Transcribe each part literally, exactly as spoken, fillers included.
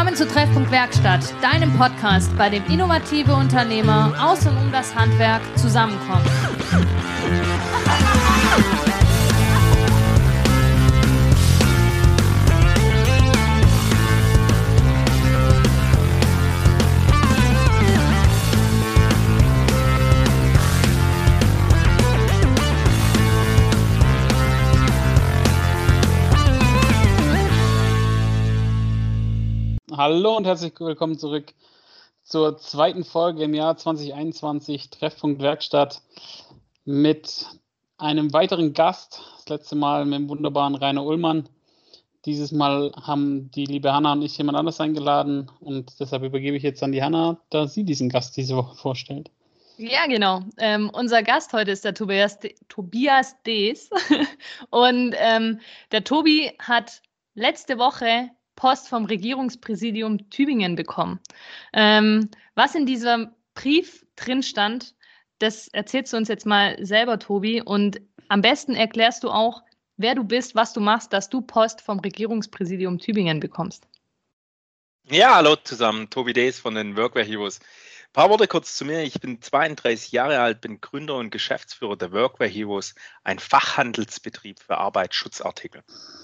Willkommen zu Treffpunkt Werkstatt, deinem Podcast, bei dem innovative Unternehmer aus und um das Handwerk zusammenkommen. Hallo und herzlich willkommen zurück zur zweiten Folge im Jahr zwanzig einundzwanzig, Treffpunkt Werkstatt, mit einem weiteren Gast. Das letzte Mal mit dem wunderbaren Rainer Ullmann. Dieses Mal haben die liebe Hanna und ich jemand anderes eingeladen und deshalb übergebe ich jetzt an die Hanna, da sie diesen Gast diese Woche vorstellt. Ja, genau. Ähm, unser Gast heute ist der Tobias, De- Tobias Dees. Und ähm, der Tobi hat letzte Woche Post vom Regierungspräsidium Tübingen bekommen. Ähm, was in diesem Brief drin stand, das erzählst du uns jetzt mal selber, Tobi. Und am besten erklärst du auch, wer du bist, was du machst, dass du Post vom Regierungspräsidium Tübingen bekommst. Ja, hallo zusammen, Tobi Dees von den Workwear Heroes. Ein paar Worte kurz zu mir. Ich bin zweiunddreißig Jahre alt, bin Gründer und Geschäftsführer der Workwear Heroes, ein Fachhandelsbetrieb für Arbeitsschutzartikel.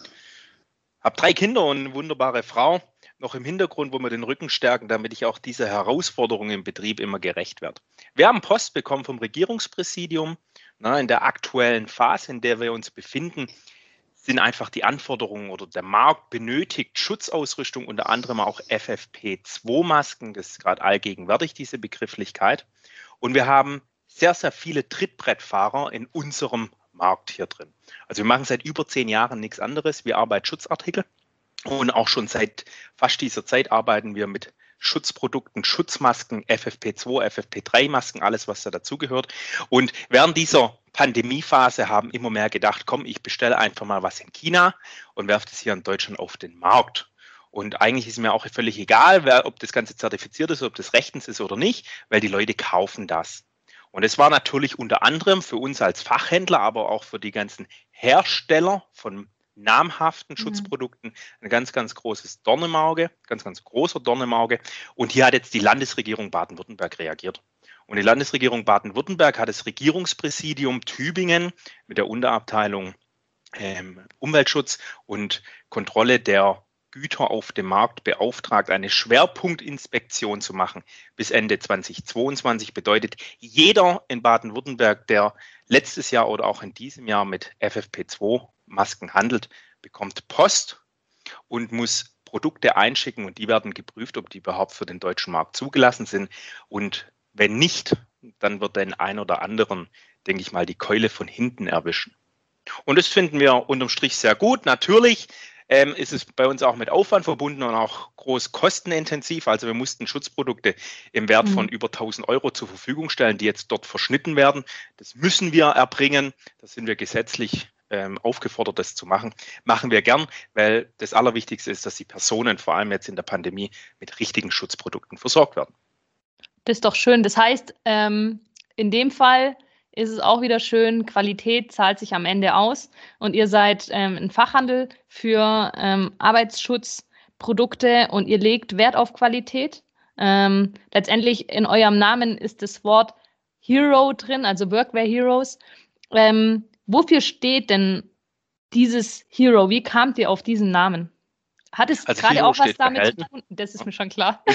Habe drei Kinder und eine wunderbare Frau, noch im Hintergrund, wo wir den Rücken stärken, damit ich auch dieser Herausforderung im Betrieb immer gerecht werde. Wir haben Post bekommen vom Regierungspräsidium. Na, in der aktuellen Phase, in der wir uns befinden, sind einfach die Anforderungen oder der Markt benötigt Schutzausrüstung, unter anderem auch F F P zwei Masken. Das ist gerade allgegenwärtig, diese Begrifflichkeit. Und wir haben sehr, sehr viele Trittbrettfahrer in unserem Markt hier drin. Also wir machen seit über zehn Jahren nichts anderes wie Arbeitsschutzartikel. Und auch schon seit fast dieser Zeit arbeiten wir mit Schutzprodukten, Schutzmasken, F F P zwei, F F P drei Masken, alles, was da dazugehört. Und während dieser Pandemiephase haben immer mehr gedacht, komm, ich bestelle einfach mal was in China und werfe das hier in Deutschland auf den Markt. Und eigentlich ist mir auch völlig egal, wer, ob das Ganze zertifiziert ist, ob das rechtens ist oder nicht, weil die Leute kaufen das. Und es war natürlich unter anderem für uns als Fachhändler, aber auch für die ganzen Hersteller von namhaften Schutzprodukten ein ganz, ganz großes Dorn im Auge, ganz, ganz großer Dorn im Auge. Und hier hat jetzt die Landesregierung Baden-Württemberg reagiert. Und die Landesregierung Baden-Württemberg hat das Regierungspräsidium Tübingen mit der Unterabteilung ähm, Umweltschutz und Kontrolle der Güter auf dem Markt beauftragt, eine Schwerpunktinspektion zu machen bis Ende zweitausendzweiundzwanzig. Bedeutet, jeder in Baden-Württemberg, der letztes Jahr oder auch in diesem Jahr mit F F P zwei Masken handelt, bekommt Post und muss Produkte einschicken und die werden geprüft, ob die überhaupt für den deutschen Markt zugelassen sind. Und wenn nicht, dann wird den ein oder anderen, denke ich mal, die Keule von hinten erwischen. Und das finden wir unterm Strich sehr gut. Natürlich ähm, ist es bei uns auch mit Aufwand verbunden und auch groß kostenintensiv. Also wir mussten Schutzprodukte im Wert von über tausend Euro zur Verfügung stellen, die jetzt dort verschnitten werden. Das müssen wir erbringen. Da sind wir gesetzlich ähm, aufgefordert, das zu machen. Machen wir gern, weil das Allerwichtigste ist, dass die Personen, vor allem jetzt in der Pandemie, mit richtigen Schutzprodukten versorgt werden. Das ist doch schön. Das heißt, ähm, in dem Fall ist es auch wieder schön, Qualität zahlt sich am Ende aus und ihr seid ähm, ein Fachhandel für ähm, Arbeitsschutzprodukte und ihr legt Wert auf Qualität. Ähm, letztendlich in eurem Namen ist das Wort Hero drin, also Workwear Heroes. Ähm, wofür steht denn dieses Hero? Wie kamt ihr auf diesen Namen? Hat es also gerade auch was damit zu tun? Das ist mir schon klar.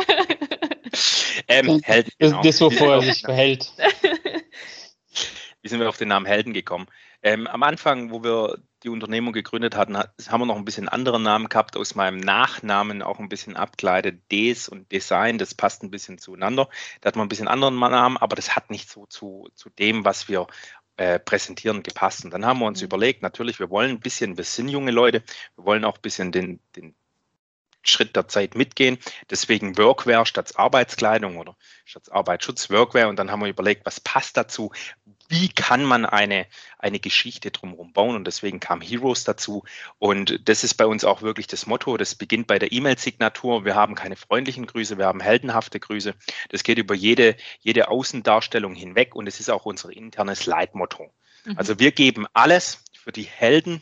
ähm, Helden, genau. Das, das wovor er sich verhält. Wie sind wir auf den Namen Helden gekommen? Ähm, am Anfang, wo wir die Unternehmung gegründet hatten, haben wir noch ein bisschen anderen Namen gehabt, aus meinem Nachnamen auch ein bisschen abgeleitet. Des und Design, das passt ein bisschen zueinander. Da hat man ein bisschen anderen Namen, aber das hat nicht so zu, zu dem, was wir äh, präsentieren, gepasst. Und dann haben wir uns mhm. überlegt, natürlich, wir wollen ein bisschen, wir sind junge Leute, wir wollen auch ein bisschen den, den Schritt der Zeit mitgehen. Deswegen Workwear statt Arbeitskleidung oder statt Arbeitsschutz Workwear. Und dann haben wir überlegt, was passt dazu? Wie kann man eine, eine Geschichte drumherum bauen? Und deswegen kam Heroes dazu. Und das ist bei uns auch wirklich das Motto. Das beginnt bei der E-Mail-Signatur. Wir haben keine freundlichen Grüße, wir haben heldenhafte Grüße. Das geht über jede, jede Außendarstellung hinweg. Und es ist auch unser internes Leitmotto. Mhm. Also wir geben alles für die Helden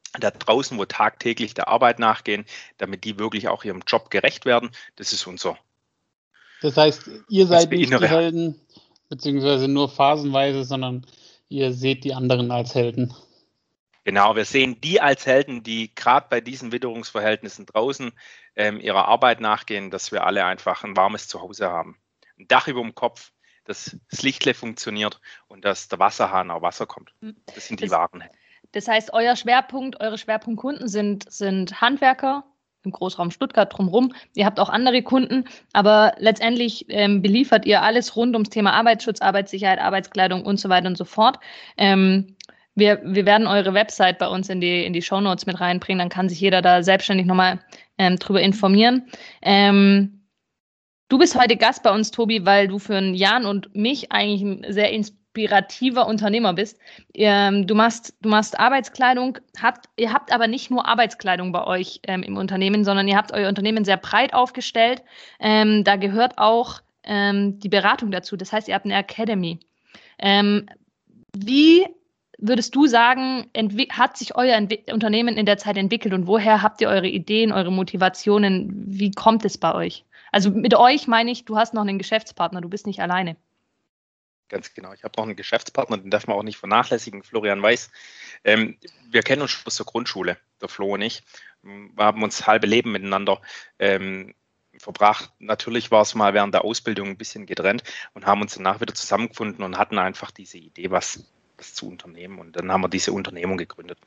da draußen, wo tagtäglich der Arbeit nachgehen, damit die wirklich auch ihrem Job gerecht werden. Das ist unser. Das heißt, ihr seid nicht innere die Helden, beziehungsweise nur phasenweise, sondern ihr seht die anderen als Helden. Genau, wir sehen die als Helden, die gerade bei diesen Witterungsverhältnissen draußen ähm, ihrer Arbeit nachgehen, dass wir alle einfach ein warmes Zuhause haben. Ein Dach über dem Kopf, dass das Lichtle funktioniert und dass der Wasserhahn auch Wasser kommt. Das sind die das, wahren Helden. Das heißt, euer Schwerpunkt, eure Schwerpunktkunden sind, sind Handwerker im Großraum Stuttgart drumherum. Ihr habt auch andere Kunden, aber letztendlich ähm, beliefert ihr alles rund ums Thema Arbeitsschutz, Arbeitssicherheit, Arbeitskleidung und so weiter und so fort. Ähm, wir, wir werden eure Website bei uns in die, in die Shownotes mit reinbringen, dann kann sich jeder da selbstständig nochmal ähm, drüber informieren. Ähm, du bist heute Gast bei uns, Tobi, weil du für einen Jan und mich eigentlich ein sehr inspirativer Unternehmer bist. Ähm, du machst, du machst Arbeitskleidung, habt, ihr habt aber nicht nur Arbeitskleidung bei euch ähm, im Unternehmen, sondern ihr habt euer Unternehmen sehr breit aufgestellt. Ähm, da gehört auch ähm, die Beratung dazu. Das heißt, ihr habt eine Academy. Ähm, wie würdest du sagen, hat sich euer Entwi- Unternehmen in der Zeit entwickelt und woher habt ihr eure Ideen, eure Motivationen? Wie kommt es bei euch? Also mit euch meine ich, du hast noch einen Geschäftspartner, du bist nicht alleine. Ganz genau. Ich habe noch einen Geschäftspartner, den darf man auch nicht vernachlässigen, Florian Weiß. Ähm, wir kennen uns schon aus der Grundschule, der Flo und ich. Wir haben uns halbe Leben miteinander ähm, verbracht. Natürlich war es mal während der Ausbildung ein bisschen getrennt und haben uns danach wieder zusammengefunden und hatten einfach diese Idee, was, was zu unternehmen. Und dann haben wir diese Unternehmung gegründet.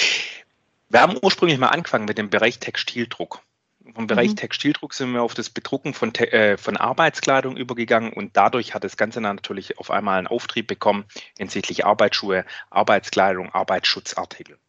Wir haben ursprünglich mal angefangen mit dem Bereich Textildruck. Vom Bereich mhm. Textildruck sind wir auf das Bedrucken von, äh, von Arbeitskleidung übergegangen und dadurch hat das Ganze natürlich auf einmal einen Auftrieb bekommen hinsichtlich Arbeitsschuhe, Arbeitskleidung, Arbeitsschutzartikel.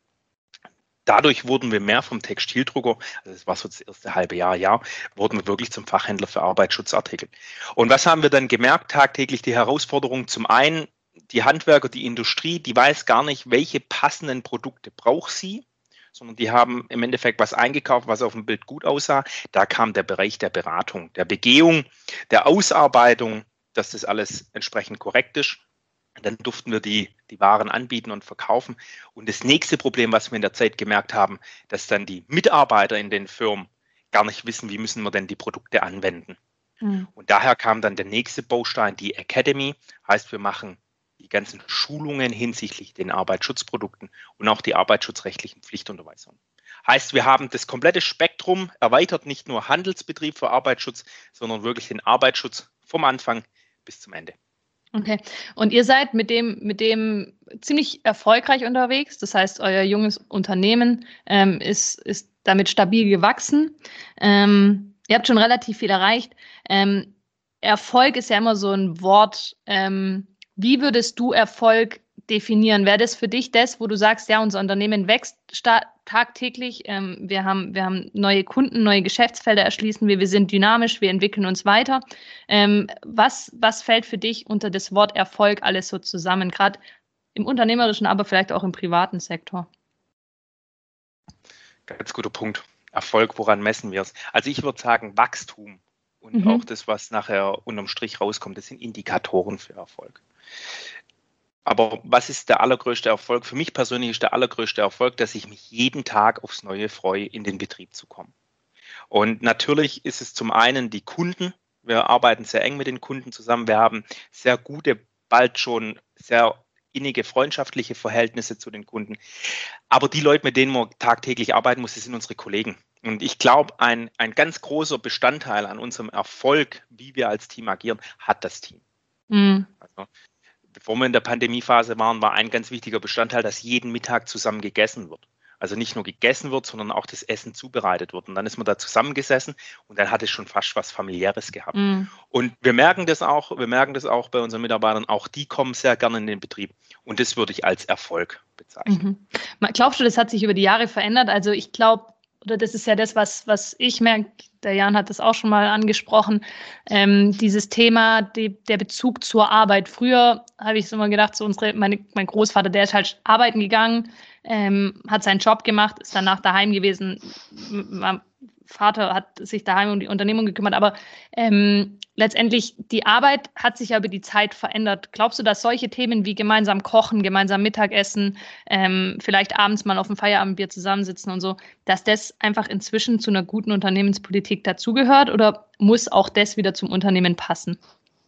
Dadurch wurden wir mehr vom Textildrucker, also das war so das erste halbe Jahr, Jahr, wurden wir wirklich zum Fachhändler für Arbeitsschutzartikel. Und was haben wir dann gemerkt? Tagtäglich die Herausforderung, zum einen die Handwerker, die Industrie, die weiß gar nicht, welche passenden Produkte braucht sie, sondern die haben im Endeffekt was eingekauft, was auf dem Bild gut aussah. Da kam der Bereich der Beratung, der Begehung, der Ausarbeitung, dass das alles entsprechend korrekt ist. Dann durften wir die, die Waren anbieten und verkaufen. Und das nächste Problem, was wir in der Zeit gemerkt haben, dass dann die Mitarbeiter in den Firmen gar nicht wissen, wie müssen wir denn die Produkte anwenden. Mhm. Und daher kam dann der nächste Baustein, die Academy. Heißt, wir machen die ganzen Schulungen hinsichtlich den Arbeitsschutzprodukten und auch die arbeitsschutzrechtlichen Pflichtunterweisungen. Heißt, wir haben das komplette Spektrum erweitert, nicht nur Handelsbetrieb für Arbeitsschutz, sondern wirklich den Arbeitsschutz vom Anfang bis zum Ende. Okay, und ihr seid mit dem, mit dem ziemlich erfolgreich unterwegs. Das heißt, euer junges Unternehmen ähm, ist, ist damit stabil gewachsen. Ähm, ihr habt schon relativ viel erreicht. Ähm, Erfolg ist ja immer so ein Wort. Ähm, wie würdest du Erfolg definieren? Wäre das für dich das, wo du sagst, ja, unser Unternehmen wächst tagtäglich, ähm, wir haben, wir haben neue Kunden, neue Geschäftsfelder erschließen wir, wir sind dynamisch, wir entwickeln uns weiter. Ähm, was, was fällt für dich unter das Wort Erfolg alles so zusammen, gerade im unternehmerischen, aber vielleicht auch im privaten Sektor? Ganz guter Punkt. Erfolg, woran messen wir es? Also ich würde sagen, Wachstum und mhm. auch das, was nachher unterm Strich rauskommt, das sind Indikatoren für Erfolg. Aber was ist der allergrößte Erfolg? Für mich persönlich ist der allergrößte Erfolg, dass ich mich jeden Tag aufs Neue freue, in den Betrieb zu kommen. Und natürlich ist es zum einen die Kunden. Wir arbeiten sehr eng mit den Kunden zusammen. Wir haben sehr gute, bald schon sehr innige freundschaftliche Verhältnisse zu den Kunden. Aber die Leute, mit denen man tagtäglich arbeiten muss, das sind unsere Kollegen. Und ich glaube, ein, ein ganz großer Bestandteil an unserem Erfolg, wie wir als Team agieren, hat das Team. Mhm. Also, bevor wir in der Pandemiephase waren, war ein ganz wichtiger Bestandteil, dass jeden Mittag zusammen gegessen wird. Also nicht nur gegessen wird, sondern auch das Essen zubereitet wird. Und dann ist man da zusammengesessen und dann hat es schon fast was Familiäres gehabt. Mm. Und wir merken das auch, wir merken das auch bei unseren Mitarbeitern, auch die kommen sehr gerne in den Betrieb. Und das würde ich als Erfolg bezeichnen. Mhm. Glaubst du, das hat sich über die Jahre verändert? Also ich glaube, oder das ist ja das, was, was ich merke, der Jan hat das auch schon mal angesprochen, ähm, dieses Thema, die, der Bezug zur Arbeit. Früher habe ich so immer gedacht, so unsere, meine, mein Großvater, der ist halt arbeiten gegangen, ähm, hat seinen Job gemacht, ist danach daheim gewesen, war Vater hat sich daheim um die Unternehmung gekümmert, aber ähm, letztendlich die Arbeit hat sich ja über die Zeit verändert. Glaubst du, dass solche Themen wie gemeinsam kochen, gemeinsam Mittagessen, ähm, vielleicht abends mal auf dem Feierabendbier zusammensitzen und so, dass das einfach inzwischen zu einer guten Unternehmenspolitik dazugehört oder muss auch das wieder zum Unternehmen passen?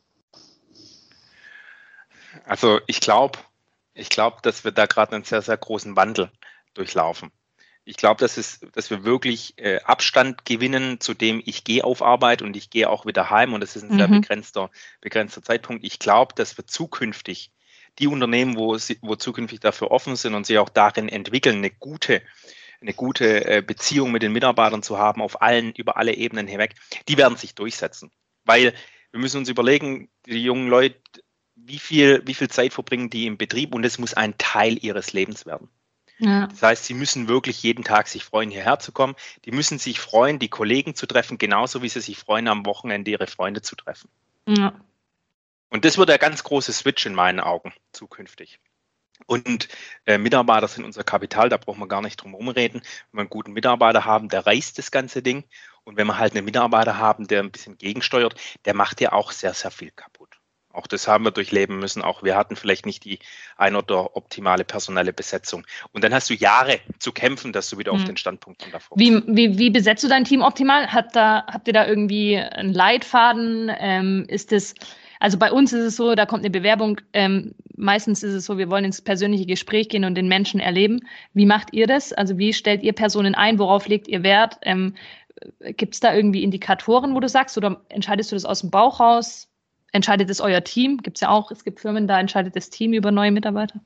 Also ich glaube, ich glaube, dass wir da gerade einen sehr, sehr großen Wandel durchlaufen. Ich glaube, dass, es, dass wir wirklich äh, Abstand gewinnen, zu dem ich gehe auf Arbeit und ich gehe auch wieder heim und das ist ein sehr Mhm. begrenzter, begrenzter Zeitpunkt. Ich glaube, dass wir zukünftig die Unternehmen, wo, sie, wo zukünftig dafür offen sind und sich auch darin entwickeln, eine gute, eine gute äh, Beziehung mit den Mitarbeitern zu haben, auf allen, über alle Ebenen hinweg, die werden sich durchsetzen. Weil wir müssen uns überlegen, die jungen Leute, wie viel, wie viel Zeit verbringen die im Betrieb und es muss ein Teil ihres Lebens werden. Ja. Das heißt, sie müssen wirklich jeden Tag sich freuen, hierher zu kommen. Die müssen sich freuen, die Kollegen zu treffen, genauso wie sie sich freuen, am Wochenende ihre Freunde zu treffen. Ja. Und das wird der ganz große Switch in meinen Augen zukünftig. Und äh, Mitarbeiter sind unser Kapital, da brauchen wir gar nicht drum herum reden. Wenn wir einen guten Mitarbeiter haben, der reißt das ganze Ding. Und wenn wir halt einen Mitarbeiter haben, der ein bisschen gegensteuert, der macht ja auch sehr, sehr viel kaputt. Auch das haben wir durchleben müssen. Auch wir hatten vielleicht nicht die ein oder optimale personelle Besetzung. Und dann hast du Jahre zu kämpfen, dass du wieder hm. auf den Standpunkt von davor wie, wie, wie besetzt du dein Team optimal? Hat da, habt ihr da irgendwie einen Leitfaden? Ähm, ist es, also bei uns ist es so, da kommt eine Bewerbung. Ähm, meistens ist es so, wir wollen ins persönliche Gespräch gehen und den Menschen erleben. Wie macht ihr das? Also wie stellt ihr Personen ein? Worauf legt ihr Wert? Ähm, gibt es da irgendwie Indikatoren, wo du sagst, oder entscheidest du das aus dem Bauch raus? Entscheidet es euer Team? Gibt es ja auch, es gibt Firmen, da entscheidet das Team über neue Mitarbeiter?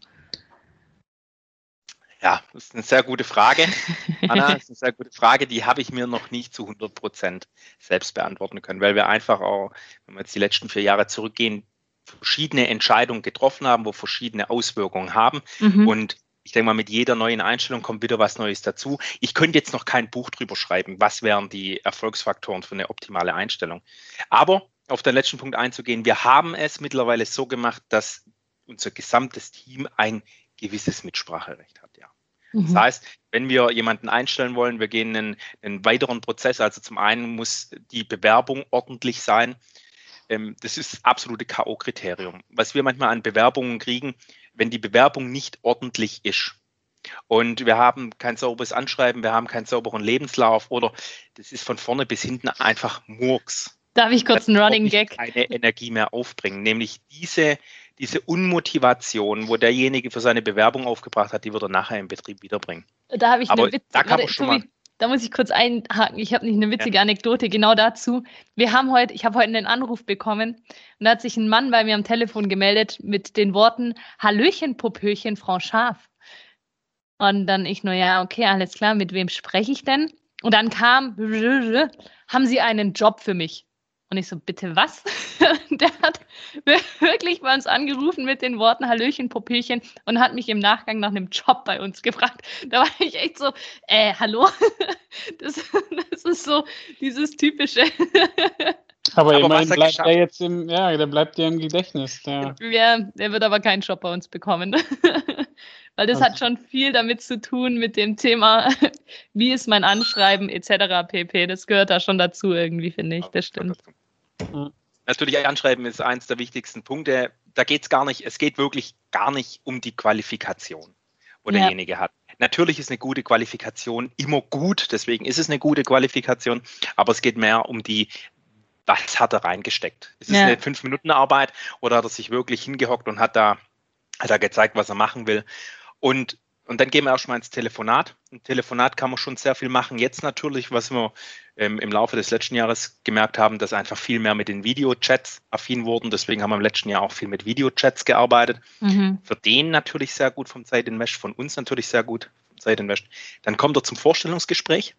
Ja, das ist eine sehr gute Frage, Anna. Das ist eine sehr gute Frage, die habe ich mir noch nicht zu hundert Prozent selbst beantworten können, weil wir einfach auch, wenn wir jetzt die letzten vier Jahre zurückgehen, verschiedene Entscheidungen getroffen haben, wo verschiedene Auswirkungen haben. Mhm. Und ich denke mal, mit jeder neuen Einstellung kommt wieder was Neues dazu. Ich könnte jetzt noch kein Buch drüber schreiben, was wären die Erfolgsfaktoren für eine optimale Einstellung. Aber auf den letzten Punkt einzugehen, wir haben es mittlerweile so gemacht, dass unser gesamtes Team ein gewisses Mitspracherecht hat, ja. Mhm. Das heißt, wenn wir jemanden einstellen wollen, wir gehen einen, einen weiteren Prozess, also zum einen muss die Bewerbung ordentlich sein. Ähm, das ist das absolute K O-Kriterium. Was wir manchmal an Bewerbungen kriegen, wenn die Bewerbung nicht ordentlich ist und wir haben kein sauberes Anschreiben, wir haben keinen sauberen Lebenslauf oder das ist von vorne bis hinten einfach Murks. Darf ich kurz einen Running Gag? Keine Energie mehr aufbringen, nämlich diese, diese Unmotivation, wo derjenige für seine Bewerbung aufgebracht hat, die wird er nachher im Betrieb wiederbringen. Da habe ich Aber eine Witz da kann man schon mal Da muss ich kurz einhaken. Ich habe nicht eine witzige ja. Anekdote genau dazu. Wir haben heute, ich habe heute einen Anruf bekommen und da hat sich ein Mann bei mir am Telefon gemeldet mit den Worten Hallöchen, Popöchen, Frau Scharf. Und dann ich nur, ja, okay, alles klar, mit wem spreche ich denn? Und dann kam, haben Sie einen Job für mich? Und ich so, bitte was? Der hat wirklich bei uns angerufen mit den Worten Hallöchen, Popöchen und hat mich im Nachgang nach einem Job bei uns gefragt. Da war ich echt so, äh, hallo? Das, das ist so dieses typische. Aber, aber immerhin bleibt er jetzt im, ja, der bleibt ja im Gedächtnis. Der. Ja, der wird aber keinen Job bei uns bekommen. Weil das also. hat schon viel damit zu tun mit dem Thema, wie ist mein Anschreiben et cetera pp. Das gehört da schon dazu irgendwie, finde ich. Das stimmt. Mhm. Natürlich, Anschreiben ist eins der wichtigsten Punkte. Da geht es gar nicht, es geht wirklich gar nicht um die Qualifikation, wo ja. derjenige hat. Natürlich ist eine gute Qualifikation immer gut, deswegen ist es eine gute Qualifikation, aber es geht mehr um die, was hat er reingesteckt? Ist es ja. eine fünf-Minuten-Arbeit oder hat er sich wirklich hingehockt und hat da, hat da gezeigt, was er machen will? Und, und dann gehen wir auch schon mal ins Telefonat. Im Telefonat kann man schon sehr viel machen. Jetzt natürlich, was wir ähm, im Laufe des letzten Jahres gemerkt haben, dass einfach viel mehr mit den Videochats affin wurden. Deswegen haben wir im letzten Jahr auch viel mit Videochats gearbeitet. Mhm. Für den natürlich sehr gut vom Zeitinvest, von uns natürlich sehr gut vom Zeitinvest. Dann kommt er zum Vorstellungsgespräch.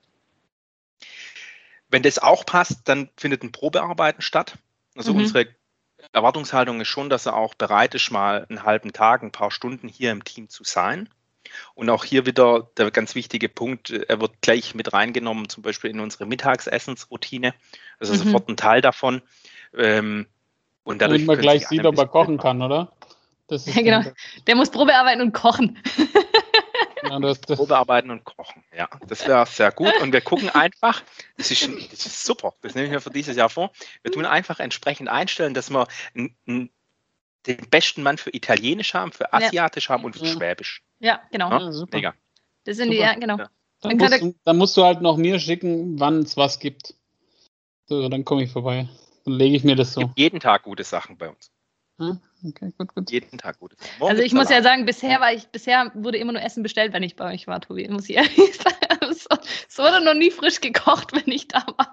Wenn das auch passt, dann findet ein Probearbeiten statt. Also mhm. unsere Erwartungshaltung ist schon, dass er auch bereit ist, mal einen halben Tag, ein paar Stunden hier im Team zu sein. Und auch hier wieder der ganz wichtige Punkt, er wird gleich mit reingenommen, zum Beispiel in unsere Mittagsessensroutine. Also mhm. sofort ein Teil davon. Ähm, und dadurch und man gleich sieht, ob er kochen kann, oder? Das ist ja, genau. Der muss Probearbeiten und kochen. Ja, das, das Probearbeiten und kochen. Ja, das wäre sehr gut. Und wir gucken einfach, das ist, das ist super, das nehme ich mir für dieses Jahr vor. Wir tun einfach entsprechend einstellen, dass wir n, n, den besten Mann für Italienisch haben, für Asiatisch ja. haben und für ja. Schwäbisch. Ja, genau. Ja, super. Mega. Das sind super. Die, ja, genau. Ja. Dann, musst du, dann musst du halt noch mir schicken, wann es was gibt. So, dann komme ich vorbei. Dann lege ich mir das so. Es gibt jeden Tag gute Sachen bei uns. Ah, okay, gut, gut. Jeden Tag gute Sachen. Morgen also ich muss ja sagen, bisher war ich, bisher wurde immer nur Essen bestellt, wenn ich bei euch war, Tobi. Muss ich ehrlich sagen. Es wurde noch nie frisch gekocht, wenn ich da war.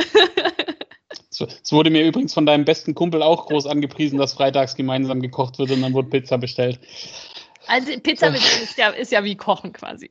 Es wurde mir übrigens von deinem besten Kumpel auch groß angepriesen, dass freitags gemeinsam gekocht wird und dann wurde Pizza bestellt. Also Pizza mit ist ja, ist ja wie Kochen quasi.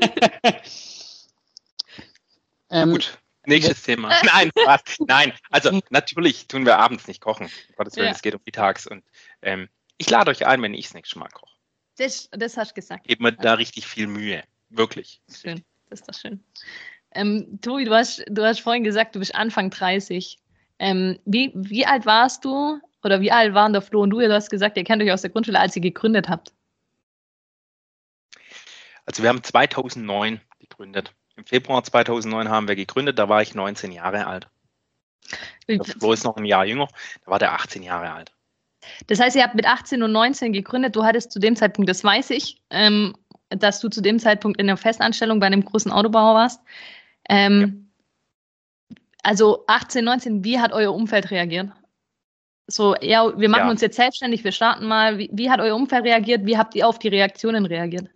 ähm, Gut, nächstes Thema. Nein, was? Nein, also natürlich tun wir abends nicht kochen. Um Gottes Willen, es ja. geht um mittags. Und ähm, ich lade euch ein, wenn ich das nächste Mal koche. Das, das hast du gesagt. Gebt mir da richtig viel Mühe. Wirklich. Schön, das ist doch schön. Ähm, Tobi, du hast, du hast vorhin gesagt, du bist Anfang dreißig. Ähm, wie, wie alt warst du oder wie alt waren der Flo und du? Du hast gesagt, ihr kennt euch aus der Grundschule, als ihr gegründet habt. Also wir haben zweitausendneun gegründet. Im Februar zweitausendneun haben wir gegründet, da war ich neunzehn Jahre alt. Der Flo ist noch ein Jahr jünger, da war der achtzehn Jahre alt. Das heißt, ihr habt mit achtzehn und neunzehn gegründet. Du hattest zu dem Zeitpunkt, das weiß ich, ähm, dass du zu dem Zeitpunkt in der Festanstellung bei einem großen Autobauer warst. Ähm, ja. Also achtzehn, neunzehn, wie hat euer Umfeld reagiert? So, ja, wir machen ja. uns jetzt selbstständig, wir starten mal. Wie, wie hat euer Umfeld reagiert? Wie habt ihr auf die Reaktionen reagiert?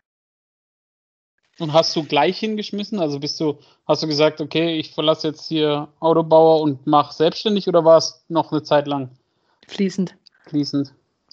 Und hast du gleich hingeschmissen? Also bist du, hast du gesagt, okay, ich verlasse jetzt hier Autobauer und mache selbstständig oder war es noch eine Zeit lang? Fließend. Fließend.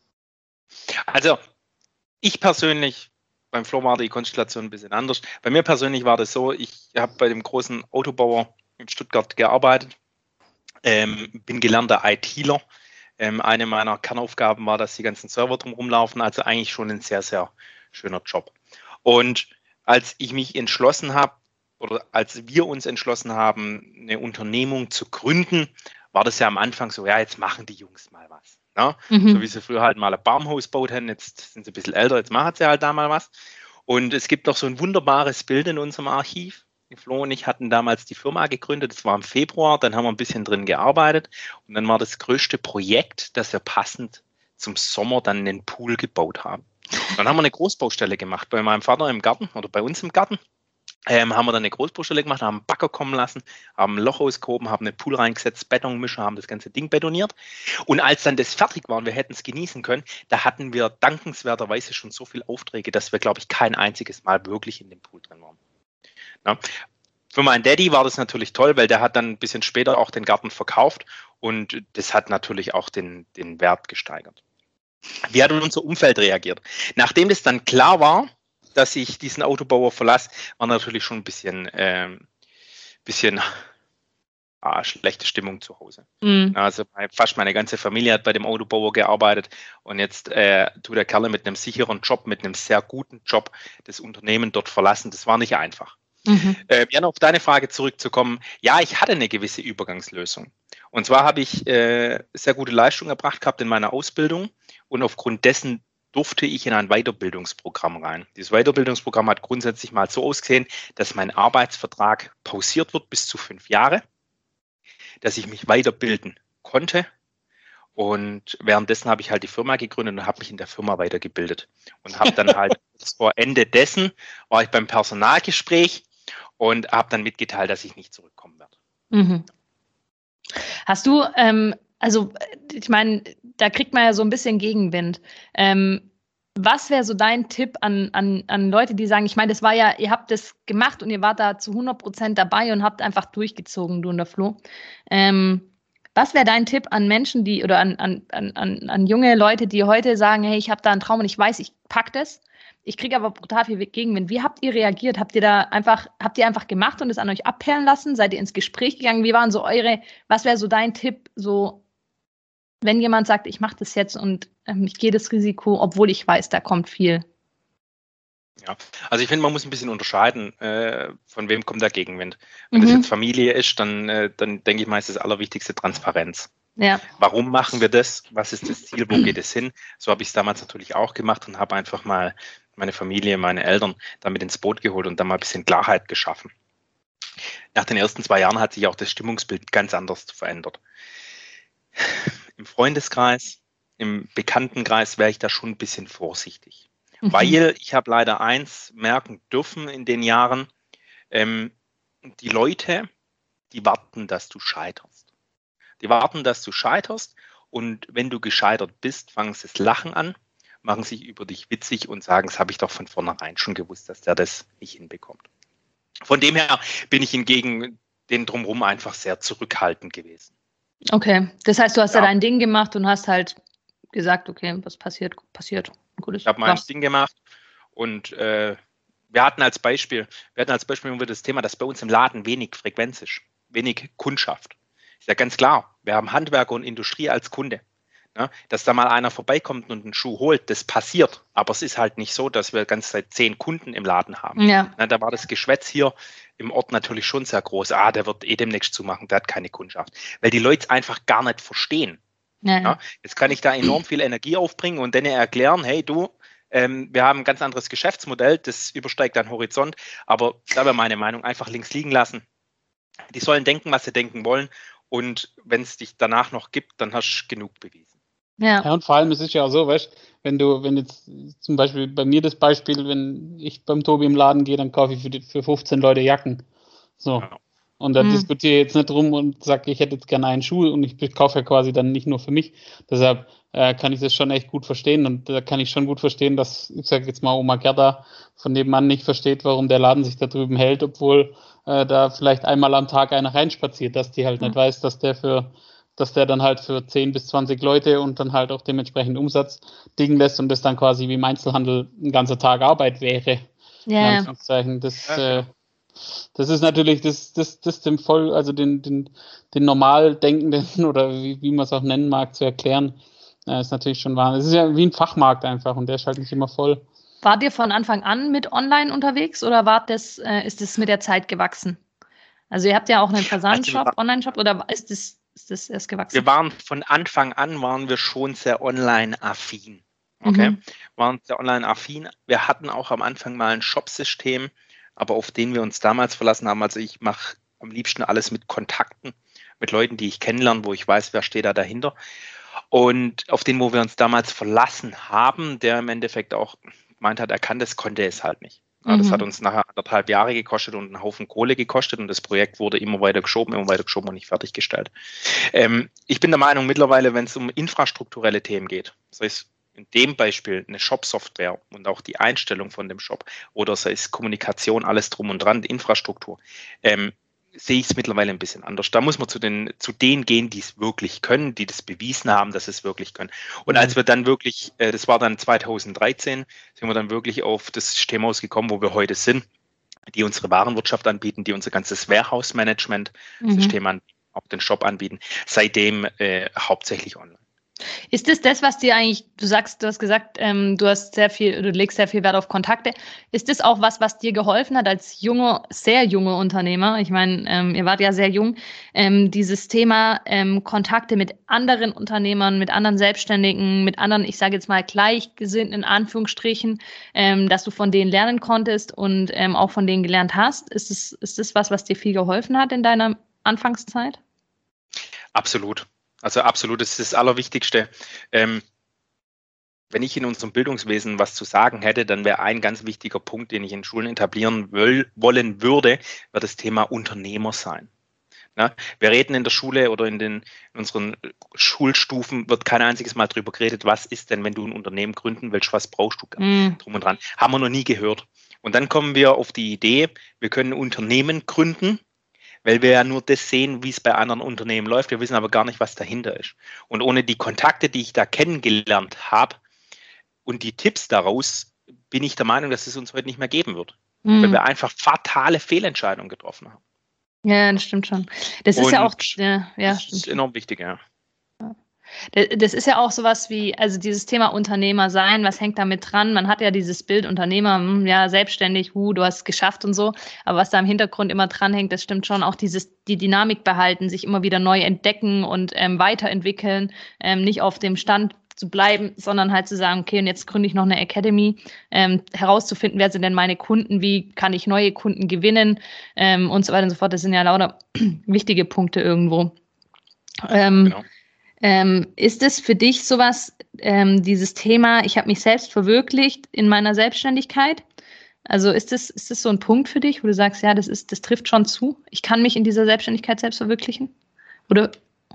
Also, ich persönlich, beim Flo war die Konstellation ein bisschen anders. Bei mir persönlich war das so, ich habe bei dem großen Autobauer in Stuttgart gearbeitet, ähm, bin gelernter ITler. Ähm, eine meiner Kernaufgaben war, dass die ganzen Server drumherum laufen, also eigentlich schon ein sehr, sehr schöner Job. Und als ich mich entschlossen habe, oder als wir uns entschlossen haben, eine Unternehmung zu gründen, war das ja am Anfang so, ja, jetzt machen die Jungs mal was. Ne? Mhm. So wie sie früher halt mal ein Baumhaus gebaut haben, jetzt sind sie ein bisschen älter, jetzt machen sie halt da mal was. Und es gibt noch so ein wunderbares Bild in unserem Archiv. Die Flo und ich hatten damals die Firma gegründet, das war im Februar, dann haben wir ein bisschen drin gearbeitet und dann war das größte Projekt, dass wir passend zum Sommer dann einen Pool gebaut haben. Dann haben wir eine Großbaustelle gemacht bei meinem Vater im Garten oder bei uns im Garten. Ähm, haben wir dann eine Großbaustelle gemacht, haben einen Bagger kommen lassen, haben ein Loch ausgehoben, haben einen Pool reingesetzt, Betonmischer, haben das ganze Ding betoniert. Und als dann das fertig war und wir hätten es genießen können, da hatten wir dankenswerterweise schon so viele Aufträge, dass wir, glaube ich, kein einziges Mal wirklich in dem Pool drin waren. Ja. Für meinen Daddy war das natürlich toll, weil der hat dann ein bisschen später auch den Garten verkauft und das hat natürlich auch den, den Wert gesteigert. Wie hat unser Umfeld reagiert? Nachdem es dann klar war, dass ich diesen Autobauer verlasse, war natürlich schon ein bisschen, ähm, bisschen ah, schlechte Stimmung zu Hause. Mhm. Also fast meine ganze Familie hat bei dem Autobauer gearbeitet und jetzt äh, tut der Kerl mit einem sicheren Job, mit einem sehr guten Job das Unternehmen dort verlassen. Das war nicht einfach. Mhm. Äh, Jan, auf deine Frage zurückzukommen. Ja, ich hatte eine gewisse Übergangslösung. Und zwar habe ich äh, sehr gute Leistung erbracht gehabt in meiner Ausbildung und aufgrund dessen durfte ich in ein Weiterbildungsprogramm rein. Dieses Weiterbildungsprogramm hat grundsätzlich mal so ausgesehen, dass mein Arbeitsvertrag pausiert wird bis zu fünf Jahre, dass ich mich weiterbilden konnte. Und währenddessen habe ich halt die Firma gegründet und habe mich in der Firma weitergebildet. Und habe dann halt vor Ende dessen war ich beim Personalgespräch und habe dann mitgeteilt, dass ich nicht zurückkommen werde. Mhm. Hast du, ähm, also ich meine, da kriegt man ja so ein bisschen Gegenwind. Ähm, was wäre so dein Tipp an, an, an Leute, die sagen, ich meine, das war ja, ihr habt das gemacht und ihr wart da zu hundert Prozent dabei und habt einfach durchgezogen, du und der Flo. Ähm, was wäre dein Tipp an Menschen, die oder an, an, an, an junge Leute, die heute sagen, hey, ich habe da einen Traum und ich weiß, ich pack das, ich kriege aber brutal viel Gegenwind. Wie habt ihr reagiert? Habt ihr da einfach, habt ihr einfach gemacht und es an euch abperlen lassen? Seid ihr ins Gespräch gegangen? Wie waren so eure, was wäre so dein Tipp, so wenn jemand sagt, ich mache das jetzt und ähm, ich gehe das Risiko, obwohl ich weiß, da kommt viel? Ja, also ich finde, man muss ein bisschen unterscheiden, äh, von wem kommt der Gegenwind. Wenn mhm. das jetzt Familie ist, dann, äh, dann denke ich mal, ist das Allerwichtigste Transparenz. Ja. Warum machen wir das? Was ist das Ziel? Wo geht es hin? So habe ich es damals natürlich auch gemacht und habe einfach mal meine Familie, meine Eltern damit ins Boot geholt und dann mal ein bisschen Klarheit geschaffen. Nach den ersten zwei Jahren hat sich auch das Stimmungsbild ganz anders verändert. Im Freundeskreis, im Bekanntenkreis wäre ich da schon ein bisschen vorsichtig. Mhm. Weil ich habe leider eins merken dürfen in den Jahren, ähm, die Leute, die warten, dass du scheiterst. Die warten, dass du scheiterst und wenn du gescheitert bist, fangen sie das Lachen an, machen sich über dich witzig und sagen, das habe ich doch von vornherein schon gewusst, dass der das nicht hinbekommt. Von dem her bin ich hingegen den Drumherum einfach sehr zurückhaltend gewesen. Okay, das heißt, du hast ja, ja dein Ding gemacht und hast halt gesagt, okay, was passiert, passiert. Gutes, ich habe mein Ding gemacht und äh, wir hatten als Beispiel, wir hatten als Beispiel das Thema, dass bei uns im Laden wenig Frequenz ist, wenig Kundschaft. Ist ja ganz klar, wir haben Handwerker und Industrie als Kunde. Ja, dass da mal einer vorbeikommt und einen Schuh holt, das passiert. Aber es ist halt nicht so, dass wir ganz seit zehn Kunden im Laden haben. Ja. Ja, da war das Geschwätz hier im Ort natürlich schon sehr groß. Ah, der wird eh demnächst zumachen, der hat keine Kundschaft. Weil die Leute es einfach gar nicht verstehen. Ja, ja. Jetzt kann ich da enorm viel Energie aufbringen und denen erklären, hey du, ähm, wir haben ein ganz anderes Geschäftsmodell, das übersteigt deinen Horizont. Aber da wäre meine Meinung, einfach links liegen lassen. Die sollen denken, was sie denken wollen. Und wenn es dich danach noch gibt, dann hast du genug bewiesen. Ja. ja, und vor allem, es ist ja auch so, weißt wenn du, wenn jetzt zum Beispiel bei mir das Beispiel, wenn ich beim Tobi im Laden gehe, dann kaufe ich für, die, für fünfzehn Leute Jacken. So. Ja. Und dann mhm. diskutiere ich jetzt nicht rum und sage, ich hätte jetzt gerne einen Schuh und ich kaufe ja quasi dann nicht nur für mich. Deshalb äh, kann ich das schon echt gut verstehen und da kann ich schon gut verstehen, dass, ich sage jetzt mal, Oma Gerda von nebenan nicht versteht, warum der Laden sich da drüben hält, obwohl äh, da vielleicht einmal am Tag einer reinspaziert, dass die halt mhm. nicht weiß, dass der für dass der dann halt für zehn bis zwanzig Leute und dann halt auch dementsprechend Umsatz dingen lässt und das dann quasi wie im Einzelhandel ein ganzer Tag Arbeit wäre. Ja. In Anführungszeichen. Das, ja. äh, das ist natürlich, das, das, das dem voll, also den, den, den normal Denkenden oder wie, wie man es auch nennen mag, zu erklären, äh, ist natürlich schon wahr. Es ist ja wie ein Fachmarkt einfach und der ist halt nicht immer voll. Wart ihr von Anfang an mit online unterwegs oder war das, äh, ist das mit der Zeit gewachsen? Also ihr habt ja auch einen Versandshop, also, Online-Shop oder ist das Ist das erst gewachsen? Wir waren von Anfang an, waren wir schon sehr online-affin. Okay, mhm. waren sehr online-affin. Wir hatten auch am Anfang mal ein Shop-System, aber auf den wir uns damals verlassen haben. Also ich mache am liebsten alles mit Kontakten, mit Leuten, die ich kennenlerne, wo ich weiß, wer steht da dahinter. Und auf den, wo wir uns damals verlassen haben, der im Endeffekt auch gemeint hat, er kann das, konnte es halt nicht. Ja, das mhm. hat uns nachher anderthalb Jahre gekostet und einen Haufen Kohle gekostet und das Projekt wurde immer weiter geschoben, immer weiter geschoben und nicht fertiggestellt. Ähm, ich bin der Meinung, mittlerweile, wenn es um infrastrukturelle Themen geht, sei es in dem Beispiel eine Shop-Software und auch die Einstellung von dem Shop oder sei es Kommunikation, alles drum und dran, die Infrastruktur, ähm, sehe ich es mittlerweile ein bisschen anders. Da muss man zu den zu denen gehen, die es wirklich können, die das bewiesen haben, dass sie es wirklich können. Und mhm. als wir dann wirklich, äh, das war dann zweitausenddreizehn, sind wir dann wirklich auf das System ausgekommen, wo wir heute sind, die unsere Warenwirtschaft anbieten, die unser ganzes Warehouse-Management-System mhm. anbieten, auch den Shop anbieten, seitdem äh, hauptsächlich online. Ist das das, was dir eigentlich, du sagst, du hast gesagt, ähm, du hast sehr viel, du legst sehr viel Wert auf Kontakte. Ist das auch was, was dir geholfen hat als junger, sehr junger Unternehmer? Ich meine, ähm, ihr wart ja sehr jung. Ähm, dieses Thema ähm, Kontakte mit anderen Unternehmern, mit anderen Selbstständigen, mit anderen, ich sage jetzt mal Gleichgesinnten in Anführungsstrichen, ähm, dass du von denen lernen konntest und ähm, auch von denen gelernt hast. Ist das, ist das was, was dir viel geholfen hat in deiner Anfangszeit? Absolut. Also absolut, das ist das Allerwichtigste. Ähm, wenn ich in unserem Bildungswesen was zu sagen hätte, dann wäre ein ganz wichtiger Punkt, den ich in Schulen etablieren will, wollen würde, wäre das Thema Unternehmer sein. Na, wir reden in der Schule oder in, den, in unseren Schulstufen, wird kein einziges Mal darüber geredet, was ist denn, wenn du ein Unternehmen gründen willst, was brauchst du mm. drum und dran. Haben wir noch nie gehört. Und dann kommen wir auf die Idee, wir können Unternehmen gründen, weil wir ja nur das sehen, wie es bei anderen Unternehmen läuft. Wir wissen aber gar nicht, was dahinter ist. Und ohne die Kontakte, die ich da kennengelernt habe und die Tipps daraus, bin ich der Meinung, dass es uns heute nicht mehr geben wird. Mhm. Weil wir einfach fatale Fehlentscheidungen getroffen haben. Ja, das stimmt schon. Das ist und ja auch, ja, ja, das ist enorm wichtig, ja. Das ist ja auch sowas wie, also dieses Thema Unternehmer sein, was hängt damit dran? Man hat ja dieses Bild Unternehmer, ja, selbstständig, hu, du hast es geschafft und so. Aber was da im Hintergrund immer dranhängt, das stimmt schon, auch dieses, die Dynamik behalten, sich immer wieder neu entdecken und ähm, weiterentwickeln, ähm, nicht auf dem Stand zu bleiben, sondern halt zu sagen, okay, und jetzt gründe ich noch eine Academy, ähm, herauszufinden, wer sind denn meine Kunden, wie kann ich neue Kunden gewinnen ähm, und so weiter und so fort. Das sind ja lauter wichtige Punkte irgendwo. Ähm, genau. ähm, ist es für dich sowas, ähm, dieses Thema, ich habe mich selbst verwirklicht in meiner Selbstständigkeit? Also ist das, ist das so ein Punkt für dich, wo du sagst, ja, das ist, das trifft schon zu? Ich kann mich in dieser Selbstständigkeit selbst verwirklichen? Oder?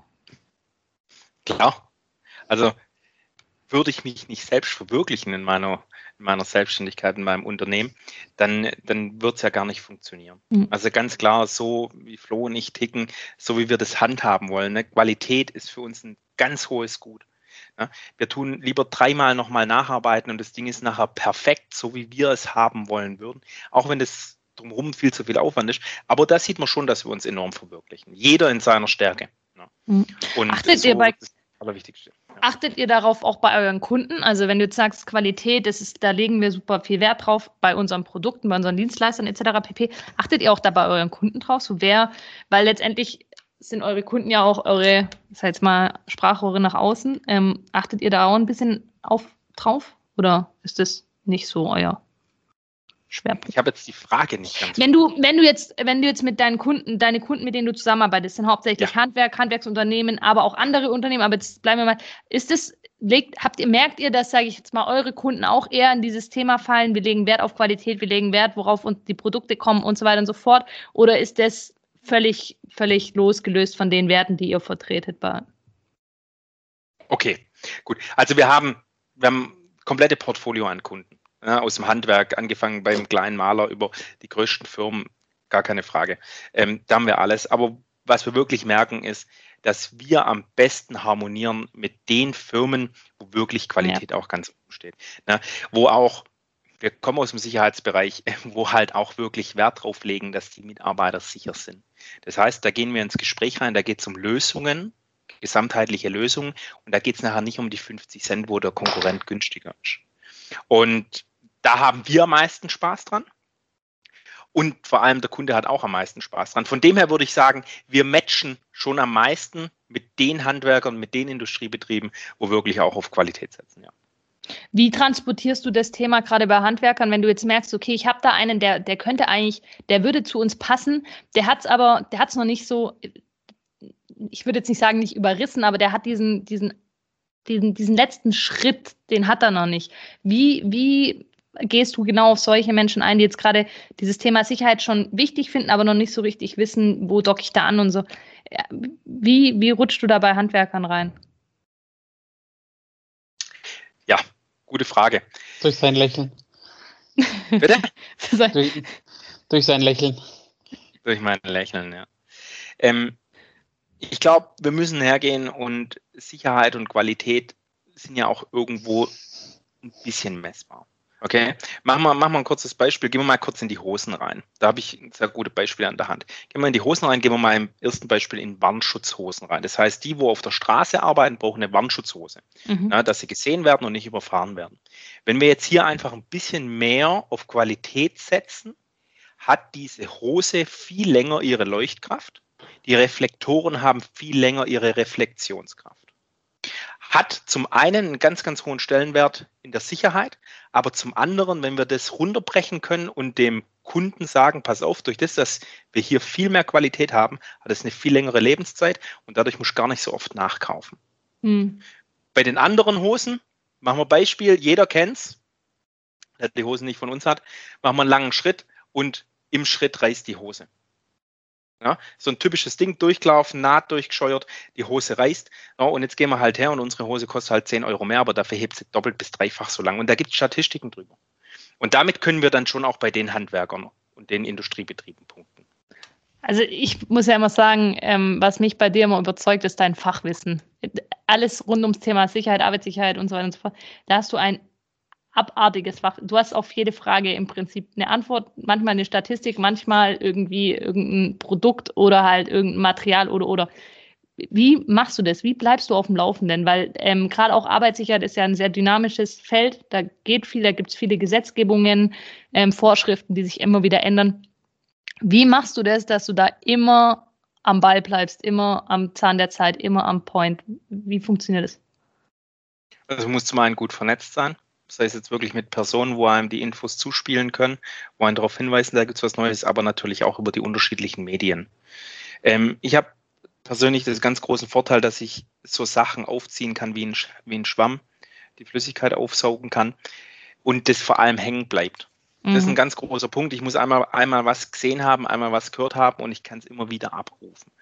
Klar. Also würde ich mich nicht selbst verwirklichen in meiner, in meiner Selbstständigkeit, in meinem Unternehmen, dann, dann wird es ja gar nicht funktionieren. Mhm. Also ganz klar, so wie Flo und ich ticken, so wie wir das handhaben wollen. Ne? Qualität ist für uns ein ganz hohes Gut. Ne? Wir tun lieber dreimal nochmal nacharbeiten und das Ding ist nachher perfekt, so wie wir es haben wollen würden. Auch wenn das drumherum viel zu viel Aufwand ist. Aber da sieht man schon, dass wir uns enorm verwirklichen. Jeder in seiner Stärke. Ne? Mhm. Und Achtet so, ihr bei Allerwichtigste. Ja. Achtet ihr darauf auch bei euren Kunden? Also wenn du jetzt sagst, Qualität, das ist, da legen wir super viel Wert drauf bei unseren Produkten, bei unseren Dienstleistern et cetera pp. Achtet ihr auch da bei euren Kunden drauf? So wer, weil letztendlich sind eure Kunden ja auch eure, das heißt mal, Sprachrohre nach außen. Ähm, achtet ihr da auch ein bisschen auf, drauf? Oder ist das nicht so euer Schwerpunkt? Ich habe jetzt die Frage nicht ganz. Wenn du, wenn du jetzt, wenn du jetzt mit deinen Kunden, deine Kunden, mit denen du zusammenarbeitest, sind hauptsächlich Ja. Handwerk, Handwerksunternehmen, aber auch andere Unternehmen, aber jetzt bleiben wir mal, ist es, legt, habt ihr, merkt ihr, dass, sage ich jetzt mal, eure Kunden auch eher in dieses Thema fallen, wir legen Wert auf Qualität, wir legen Wert, worauf uns die Produkte kommen und so weiter und so fort, oder ist das völlig, völlig losgelöst von den Werten, die ihr vertretet bei? Okay, gut. Also wir haben, wir haben komplette Portfolio an Kunden. Ja, aus dem Handwerk, angefangen beim kleinen Maler über die größten Firmen, gar keine Frage. Ähm, da haben wir alles. Aber was wir wirklich merken ist, dass wir am besten harmonieren mit den Firmen, wo wirklich Qualität ja. auch ganz oben steht. Na, wo auch, wir kommen aus dem Sicherheitsbereich, wo halt auch wirklich Wert drauf legen, dass die Mitarbeiter sicher sind. Das heißt, da gehen wir ins Gespräch rein, da geht es um Lösungen, gesamtheitliche Lösungen und da geht es nachher nicht um die fünfzig Cent, wo der Konkurrent günstiger ist. Und da haben wir am meisten Spaß dran und vor allem der Kunde hat auch am meisten Spaß dran. Von dem her würde ich sagen, wir matchen schon am meisten mit den Handwerkern, mit den Industriebetrieben, wo wirklich auch auf Qualität setzen. Ja. Wie transportierst du das Thema gerade bei Handwerkern, wenn du jetzt merkst, okay, ich habe da einen, der, der könnte eigentlich, der würde zu uns passen, der hat es aber, der hat es noch nicht so, ich würde jetzt nicht sagen, nicht überrissen, aber der hat diesen, diesen, diesen, diesen letzten Schritt, den hat er noch nicht. Wie, wie gehst du genau auf solche Menschen ein, die jetzt gerade dieses Thema Sicherheit schon wichtig finden, aber noch nicht so richtig wissen, wo docke ich da an und so. Wie, wie rutscht du da bei Handwerkern rein? Ja, gute Frage. Durch sein Lächeln. Bitte? durch, durch sein Lächeln. Durch mein Lächeln, ja. Ähm, ich glaube, wir müssen hergehen und Sicherheit und Qualität sind ja auch irgendwo ein bisschen messbar. Okay, machen wir, machen wir ein kurzes Beispiel. Gehen wir mal kurz in die Hosen rein. Da habe ich ein sehr gutes Beispiel an der Hand. Gehen wir in die Hosen rein, gehen wir mal im ersten Beispiel in Warnschutzhosen rein. Das heißt, die, wo auf der Straße arbeiten, brauchen eine Warnschutzhose, mhm. na, dass sie gesehen werden und nicht überfahren werden. Wenn wir jetzt hier einfach ein bisschen mehr auf Qualität setzen, hat diese Hose viel länger ihre Leuchtkraft. Die Reflektoren haben viel länger ihre Reflexionskraft. Hat zum einen einen ganz, ganz hohen Stellenwert in der Sicherheit, aber zum anderen, wenn wir das runterbrechen können und dem Kunden sagen, pass auf, durch das, dass wir hier viel mehr Qualität haben, hat es eine viel längere Lebenszeit und dadurch musst du gar nicht so oft nachkaufen. Hm. Bei den anderen Hosen, machen wir Beispiel, jeder kennt's, der die Hosen nicht von uns hat, machen wir einen langen Schritt und im Schritt reißt die Hose. Ja, so ein typisches Ding, durchgelaufen, Naht durchgescheuert, die Hose reißt. Ja, und jetzt gehen wir halt her und unsere Hose kostet halt zehn Euro mehr, aber dafür hebt sie doppelt bis dreifach so lang. Und da gibt es Statistiken drüber. Und damit können wir dann schon auch bei den Handwerkern und den Industriebetrieben punkten. Also ich muss ja immer sagen, ähm, was mich bei dir immer überzeugt, ist dein Fachwissen. Alles rund ums Thema Sicherheit, Arbeitssicherheit und so weiter und so fort. Da hast du ein abartiges Fach. Du hast auf jede Frage im Prinzip eine Antwort, manchmal eine Statistik, manchmal irgendwie irgendein Produkt oder halt irgendein Material oder oder. Wie machst du das? Wie bleibst du auf dem Laufenden? Weil ähm, gerade auch Arbeitssicherheit ist ja ein sehr dynamisches Feld. Da geht viel, da gibt es viele Gesetzgebungen, ähm, Vorschriften, die sich immer wieder ändern. Wie machst du das, dass du da immer am Ball bleibst, immer am Zahn der Zeit, immer am Point? Wie funktioniert das? Also muss zum einen gut vernetzt sein. Das heißt jetzt wirklich mit Personen, wo einem die Infos zuspielen können, wo einen darauf hinweisen, da gibt es was Neues, aber natürlich auch über die unterschiedlichen Medien. Ähm, ich habe persönlich den ganz großen Vorteil, dass ich so Sachen aufziehen kann wie ein, wie ein Schwamm, die Flüssigkeit aufsaugen kann und das vor allem hängen bleibt. Das ist ein ganz großer Punkt. Ich muss einmal, einmal was gesehen haben, einmal was gehört haben und ich kann es immer wieder abrufen.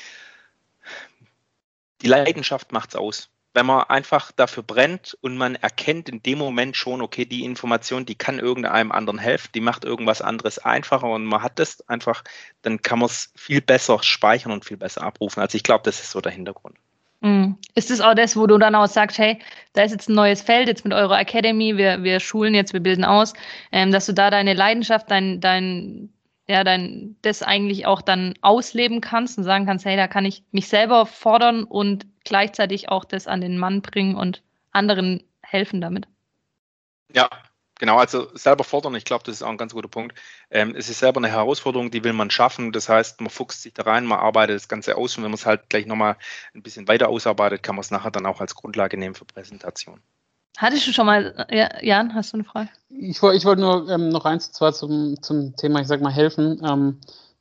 Die Leidenschaft macht es aus. Wenn man einfach dafür brennt und man erkennt in dem Moment schon, okay, die Information, die kann irgendeinem anderen helfen, die macht irgendwas anderes einfacher und man hat das einfach, dann kann man es viel besser speichern und viel besser abrufen. Also ich glaube, das ist so der Hintergrund. Mhm. Ist das auch das, wo du dann auch sagst, hey, da ist jetzt ein neues Feld, jetzt mit eurer Academy, wir, wir schulen jetzt, wir bilden aus, ähm, dass du da deine Leidenschaft, dein, dein, ja, dein, das eigentlich auch dann ausleben kannst und sagen kannst, hey, da kann ich mich selber fordern und gleichzeitig auch das an den Mann bringen und anderen helfen damit. Ja, genau, also selber fordern, ich glaube, das ist auch ein ganz guter Punkt. Ähm, es ist selber eine Herausforderung, die will man schaffen. Das heißt, man fuchst sich da rein, man arbeitet das Ganze aus und wenn man es halt gleich nochmal ein bisschen weiter ausarbeitet, kann man es nachher dann auch als Grundlage nehmen für Präsentation. Hattest du schon mal, ja, Jan, hast du eine Frage? Ich, ich wollte nur ähm, noch eins, zwei zum, zum Thema, ich sag mal, helfen. Ähm,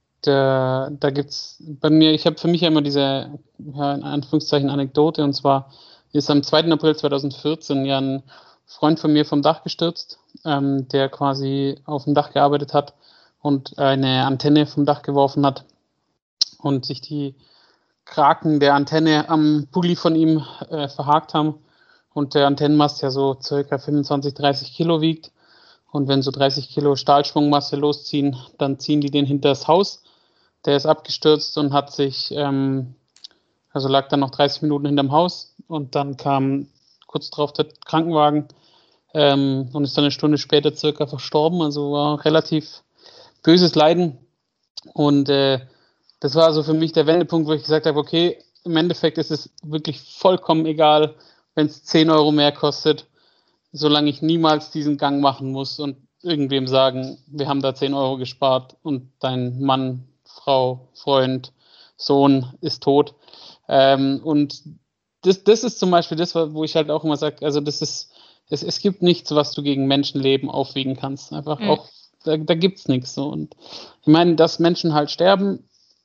da da gibt es bei mir, ich habe für mich ja immer diese, ja, in Anführungszeichen, Anekdote, und zwar ist am zweiten April zweitausendvierzehn ja ein Freund von mir vom Dach gestürzt, ähm, der quasi auf dem Dach gearbeitet hat und eine Antenne vom Dach geworfen hat und sich die Kraken der Antenne am Pulli von ihm äh, verhakt haben und der Antennenmast ja so circa fünfundzwanzig, dreißig Kilo wiegt und wenn so dreißig Kilo Stahlschwungmasse losziehen, dann ziehen die den hinter das Haus. Der ist abgestürzt und hat sich, ähm, also lag dann noch dreißig Minuten hinterm Haus und dann kam kurz drauf der Krankenwagen ähm, und ist dann eine Stunde später circa verstorben, also war relativ böses Leiden und äh, das war also für mich der Wendepunkt, wo ich gesagt habe, okay, im Endeffekt ist es wirklich vollkommen egal, wenn es zehn Euro mehr kostet, solange ich niemals diesen Gang machen muss und irgendwem sagen, wir haben da zehn Euro gespart und dein Mann, Frau, Freund, Sohn ist tot. Ähm, und das, das ist zum Beispiel das, wo ich halt auch immer sage, also das ist, es, es gibt nichts, was du gegen Menschenleben aufwiegen kannst. Einfach mhm. auch, da, da gibt es nichts so. Und ich meine, dass Menschen halt sterben,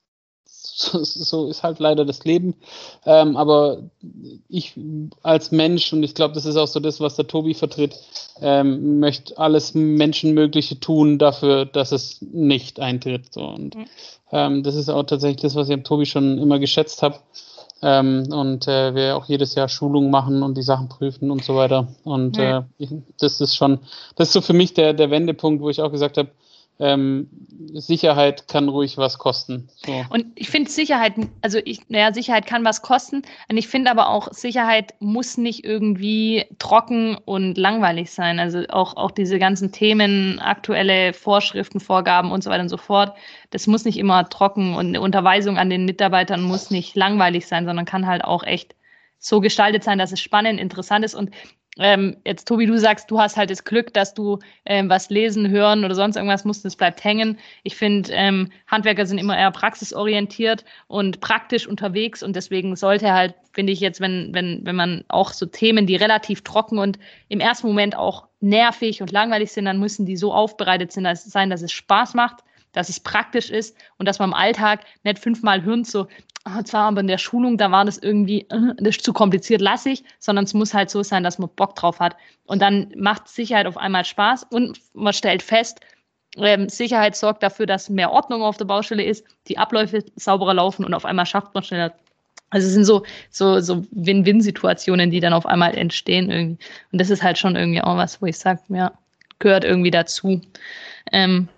so, so ist halt leider das Leben. Ähm, aber ich als Mensch, und ich glaube, das ist auch so das, was der Tobi vertritt, ähm, möchte alles Menschenmögliche tun dafür, dass es nicht eintritt. So. Und mhm. ähm, das ist auch tatsächlich das, was ich am Tobi schon immer geschätzt habe. Ähm, und äh, wir auch jedes Jahr Schulungen machen und die Sachen prüfen und so weiter. Und ja. äh, ich, das ist schon, das ist so für mich der, der Wendepunkt, wo ich auch gesagt habe, Ähm, Sicherheit kann ruhig was kosten. So. Und ich finde Sicherheit, also ich, naja, Sicherheit kann was kosten. Und ich finde aber auch, Sicherheit muss nicht irgendwie trocken und langweilig sein. Also auch, auch diese ganzen Themen, aktuelle Vorschriften, Vorgaben und so weiter und so fort. Das muss nicht immer trocken und eine Unterweisung an den Mitarbeitern muss nicht langweilig sein, sondern kann halt auch echt so gestaltet sein, dass es spannend, interessant ist. Und Ähm, jetzt, Tobi, du sagst, du hast halt das Glück, dass du ähm, was lesen, hören oder sonst irgendwas musst, das bleibt hängen. Ich finde, ähm, Handwerker sind immer eher praxisorientiert und praktisch unterwegs und deswegen sollte halt, finde ich jetzt, wenn, wenn, wenn man auch so Themen, die relativ trocken und im ersten Moment auch nervig und langweilig sind, dann müssen die so aufbereitet sein, dass, sein, dass es Spaß macht, dass es praktisch ist und dass man im Alltag nicht fünfmal hört, so, oh, zwar aber in der Schulung, da war das irgendwie, äh, das ist zu kompliziert, lasse ich, sondern es muss halt so sein, dass man Bock drauf hat. Und dann macht Sicherheit auf einmal Spaß und man stellt fest, ähm, Sicherheit sorgt dafür, dass mehr Ordnung auf der Baustelle ist, die Abläufe sauberer laufen und auf einmal schafft man schneller. Also es sind so, so, so Win-Win-Situationen, die dann auf einmal entstehen irgendwie. Und das ist halt schon irgendwie auch was, wo ich sage, ja, gehört irgendwie dazu. Ähm,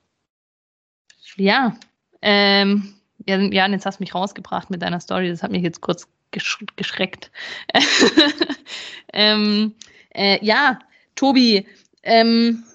Ja, ähm, ja, Jan, jetzt hast du mich rausgebracht mit deiner Story, das hat mich jetzt kurz gesch- geschreckt. ähm, äh, ja, Tobi, ähm,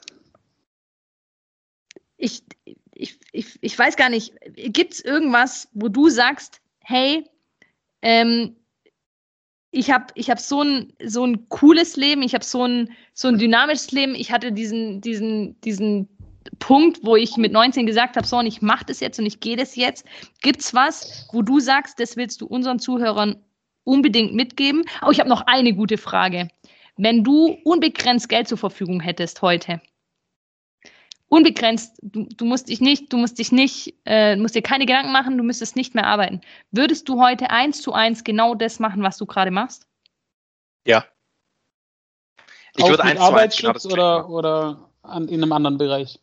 ich, ich, ich, ich weiß gar nicht, gibt es irgendwas, wo du sagst, hey, ähm, ich habe ich hab so ein, so ein cooles Leben, ich habe so ein, so ein dynamisches Leben, ich hatte diesen, diesen, diesen Punkt, wo ich mit neunzehn gesagt habe, so, und ich mache das jetzt und ich gehe das jetzt. Gibt's was, wo du sagst, das willst du unseren Zuhörern unbedingt mitgeben? Oh, ich habe noch eine gute Frage. wenn du unbegrenzt Geld zur Verfügung hättest heute, unbegrenzt, du, du musst dich nicht, du musst dich nicht, äh, musst dir keine Gedanken machen, du müsstest nicht mehr arbeiten. Würdest du heute eins zu eins genau das machen, was du gerade machst? Ja. Ich Auch würde mit eins zu eins genau Arbeitsschutz das Gleiche oder, oder an, in einem anderen Bereich?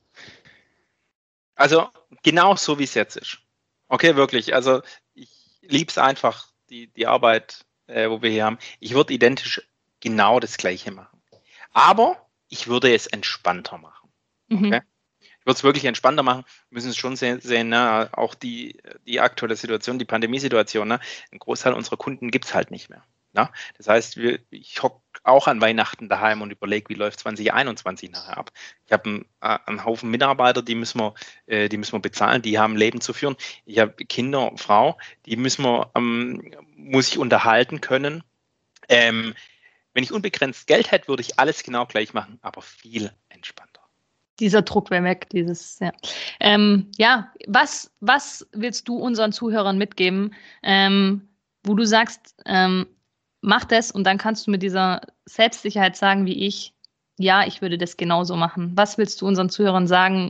Also genau so, wie es jetzt ist. Okay, wirklich. Also ich liebe es einfach, die, die Arbeit, äh, wo wir hier haben. Ich würde identisch genau das Gleiche machen. Aber ich würde es entspannter machen. Okay? Mhm. Ich würde es wirklich entspannter machen. Wir müssen es schon sehen, sehen ne? Auch die, die aktuelle Situation, die Pandemiesituation. Ne? Ein Großteil unserer Kunden gibt es halt nicht mehr. Ne? Das heißt, wir, ich hocke auch an Weihnachten daheim und überlege, wie läuft zwanzig einundzwanzig nachher ab. Ich habe einen, äh, einen Haufen Mitarbeiter, die müssen, wir, äh, die müssen wir bezahlen, die haben Leben zu führen. Ich habe Kinder, Frau, die müssen wir, ähm, muss ich unterhalten können. Ähm, wenn ich unbegrenzt Geld hätte, würde ich alles genau gleich machen, aber viel entspannter. Dieser Druck wäre weg, dieses, ja. Ähm, ja, was, was willst du unseren Zuhörern mitgeben, ähm, wo du sagst, ähm, mach das und dann kannst du mit dieser Selbstsicherheit sagen, wie ich, ja, ich würde das genauso machen. Was willst du unseren Zuhörern sagen,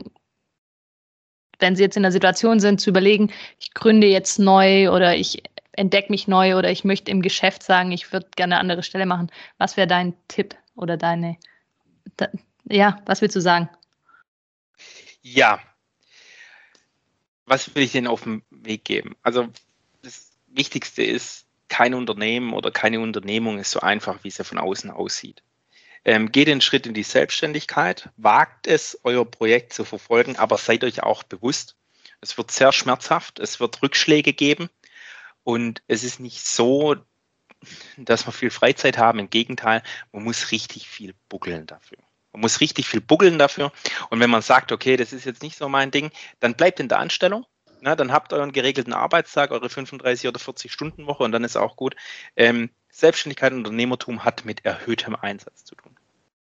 wenn sie jetzt in der Situation sind, zu überlegen, ich gründe jetzt neu oder ich entdecke mich neu oder ich möchte im Geschäft sagen, ich würde gerne eine andere Stelle machen. Was wäre dein Tipp oder deine, da, ja, was willst du sagen? Ja, was will ich denen auf den Weg geben? Also das Wichtigste ist, kein Unternehmen oder keine Unternehmung ist so einfach, wie es ja von außen aussieht. Ähm, geht den Schritt in die Selbstständigkeit, wagt es, euer Projekt zu verfolgen, aber seid euch auch bewusst, es wird sehr schmerzhaft, es wird Rückschläge geben und es ist nicht so, dass wir viel Freizeit haben. Im Gegenteil, man muss richtig viel buckeln dafür. Man muss richtig viel buckeln dafür. Und wenn man sagt, okay, das ist jetzt nicht so mein Ding, dann bleibt in der Anstellung. Na, dann habt euren geregelten Arbeitstag, eure fünfunddreißig oder vierzig Stunden Woche und dann ist auch gut. Ähm, Selbstständigkeit und Unternehmertum hat mit erhöhtem Einsatz zu tun.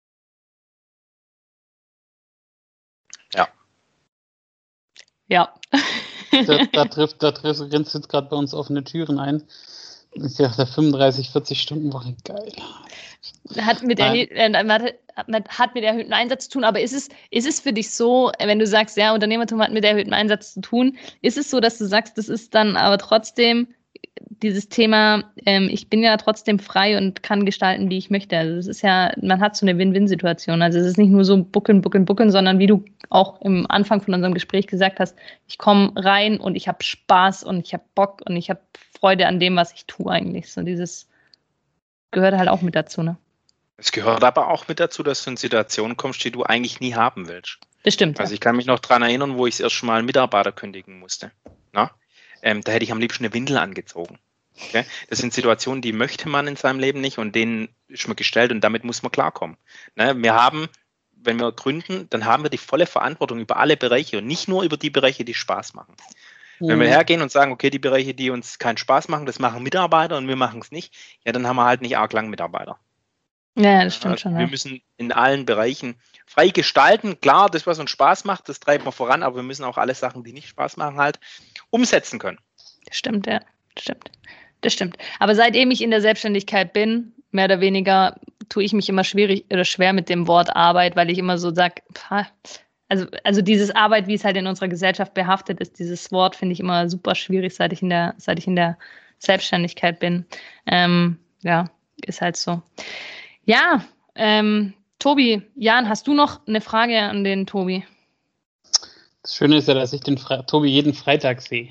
Ja. Ja. Da, da trifft, da trifft, grinst jetzt gerade bei uns offene Türen ein. Ich dachte, fünfunddreißig, vierzig Stunden Woche, geil. Hat mit, erhö- äh, hat mit erhöhtem Einsatz zu tun, aber ist es, ist es für dich so, wenn du sagst, ja, Unternehmertum hat mit erhöhtem Einsatz zu tun, ist es so, dass du sagst, das ist dann aber trotzdem dieses Thema, ähm, ich bin ja trotzdem frei und kann gestalten, wie ich möchte. Also es ist ja, man hat so eine Win-Win-Situation. Also es ist nicht nur so buckeln, buckeln, buckeln, sondern wie du auch im Anfang von unserem Gespräch gesagt hast, ich komme rein und ich habe Spaß und ich habe Bock und ich habe Freude an dem, was ich tue eigentlich. So dieses gehört halt auch mit dazu, ne? Es gehört aber auch mit dazu, dass du in Situationen kommst, die du eigentlich nie haben willst. Bestimmt. Also Ja. ich kann mich noch daran erinnern, wo ich das erste Mal einen Mitarbeiter kündigen musste. Na? Ähm, da hätte ich am liebsten eine Windel angezogen. Okay? Das sind Situationen, die möchte man in seinem Leben nicht und denen ist man gestellt und damit muss man klarkommen. Ne? Wir haben, wenn wir gründen, dann haben wir die volle Verantwortung über alle Bereiche und nicht nur über die Bereiche, die Spaß machen. Mhm. Wenn wir hergehen und sagen, okay, die Bereiche, die uns keinen Spaß machen, das machen Mitarbeiter und wir machen es nicht, ja, dann haben wir halt nicht arg lang Mitarbeiter. Ja, das stimmt also schon. Wir ja. müssen in allen Bereichen frei gestalten. Klar, das, was uns Spaß macht, das treibt man voran, aber wir müssen auch alle Sachen, die nicht Spaß machen, halt umsetzen können. Das stimmt, ja. Das stimmt. Das stimmt. Aber seitdem ich in der Selbstständigkeit bin, mehr oder weniger, tue ich mich immer schwierig oder schwer mit dem Wort Arbeit, weil ich immer so sage, also, also dieses Arbeit, wie es halt in unserer Gesellschaft behaftet ist, dieses Wort finde ich immer super schwierig, seit ich in der, seit ich in der Selbstständigkeit bin. Ähm, ja, ist halt so. Ja, ähm, Tobi, Jan, hast du noch eine Frage an den Tobi? Das Schöne ist ja, dass ich den Fre- Tobi jeden Freitag sehe.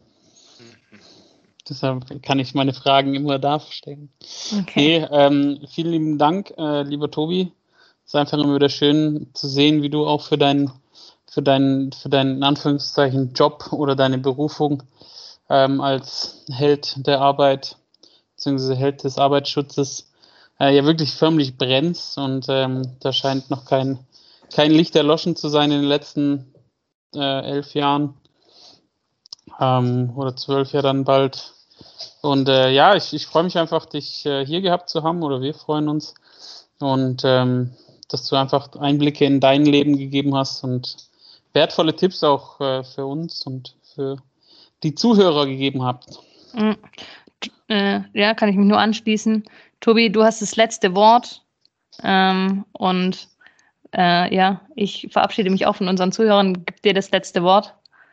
Deshalb kann ich meine Fragen immer da stellen. Okay. Nee, ähm, vielen lieben Dank, äh, lieber Tobi. Es ist einfach immer wieder schön zu sehen, wie du auch für deinen, für deinen, für deinen in Anführungszeichen Job oder deine Berufung ähm, als Held der Arbeit bzw. Held des Arbeitsschutzes äh, ja wirklich förmlich brennst und ähm, da scheint noch kein, kein Licht erloschen zu sein in den letzten äh, elf Jahren ähm, oder zwölf Jahre dann bald. Und äh, ja, ich, ich freue mich einfach, dich äh, hier gehabt zu haben oder wir freuen uns und ähm, dass du einfach Einblicke in dein Leben gegeben hast und wertvolle Tipps auch äh, für uns und für die Zuhörer gegeben habt. Äh, ja, kann ich mich nur anschließen. Tobi, du hast das letzte Wort. Ähm, und äh, ja, ich verabschiede mich auch von unseren Zuhörern. Gib dir das letzte Wort.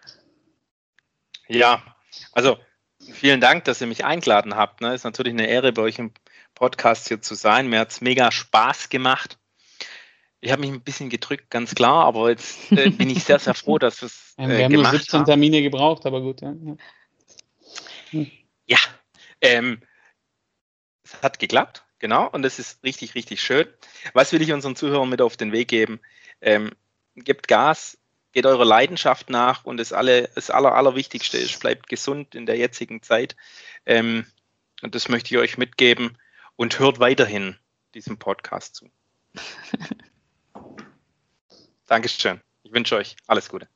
Ja, also vielen Dank, dass ihr mich eingeladen habt. Ne? Ist natürlich eine Ehre, bei euch im Podcast hier zu sein. Mir hat es mega Spaß gemacht. Ich habe mich ein bisschen gedrückt, ganz klar, aber jetzt äh, bin ich sehr, sehr froh, dass wir es äh, Wir haben nur siebzehn haben. Termine gebraucht, aber gut. Ja, ja. ja ähm, es hat geklappt, genau, und das ist richtig, richtig schön. Was will ich unseren Zuhörern mit auf den Weg geben? Ähm, gebt Gas, geht eurer Leidenschaft nach und das, alle, das Aller, Allerwichtigste ist, bleibt gesund in der jetzigen Zeit. Ähm, und das möchte ich euch mitgeben und hört weiterhin diesem Podcast zu. Dankeschön. Ich wünsche euch alles Gute.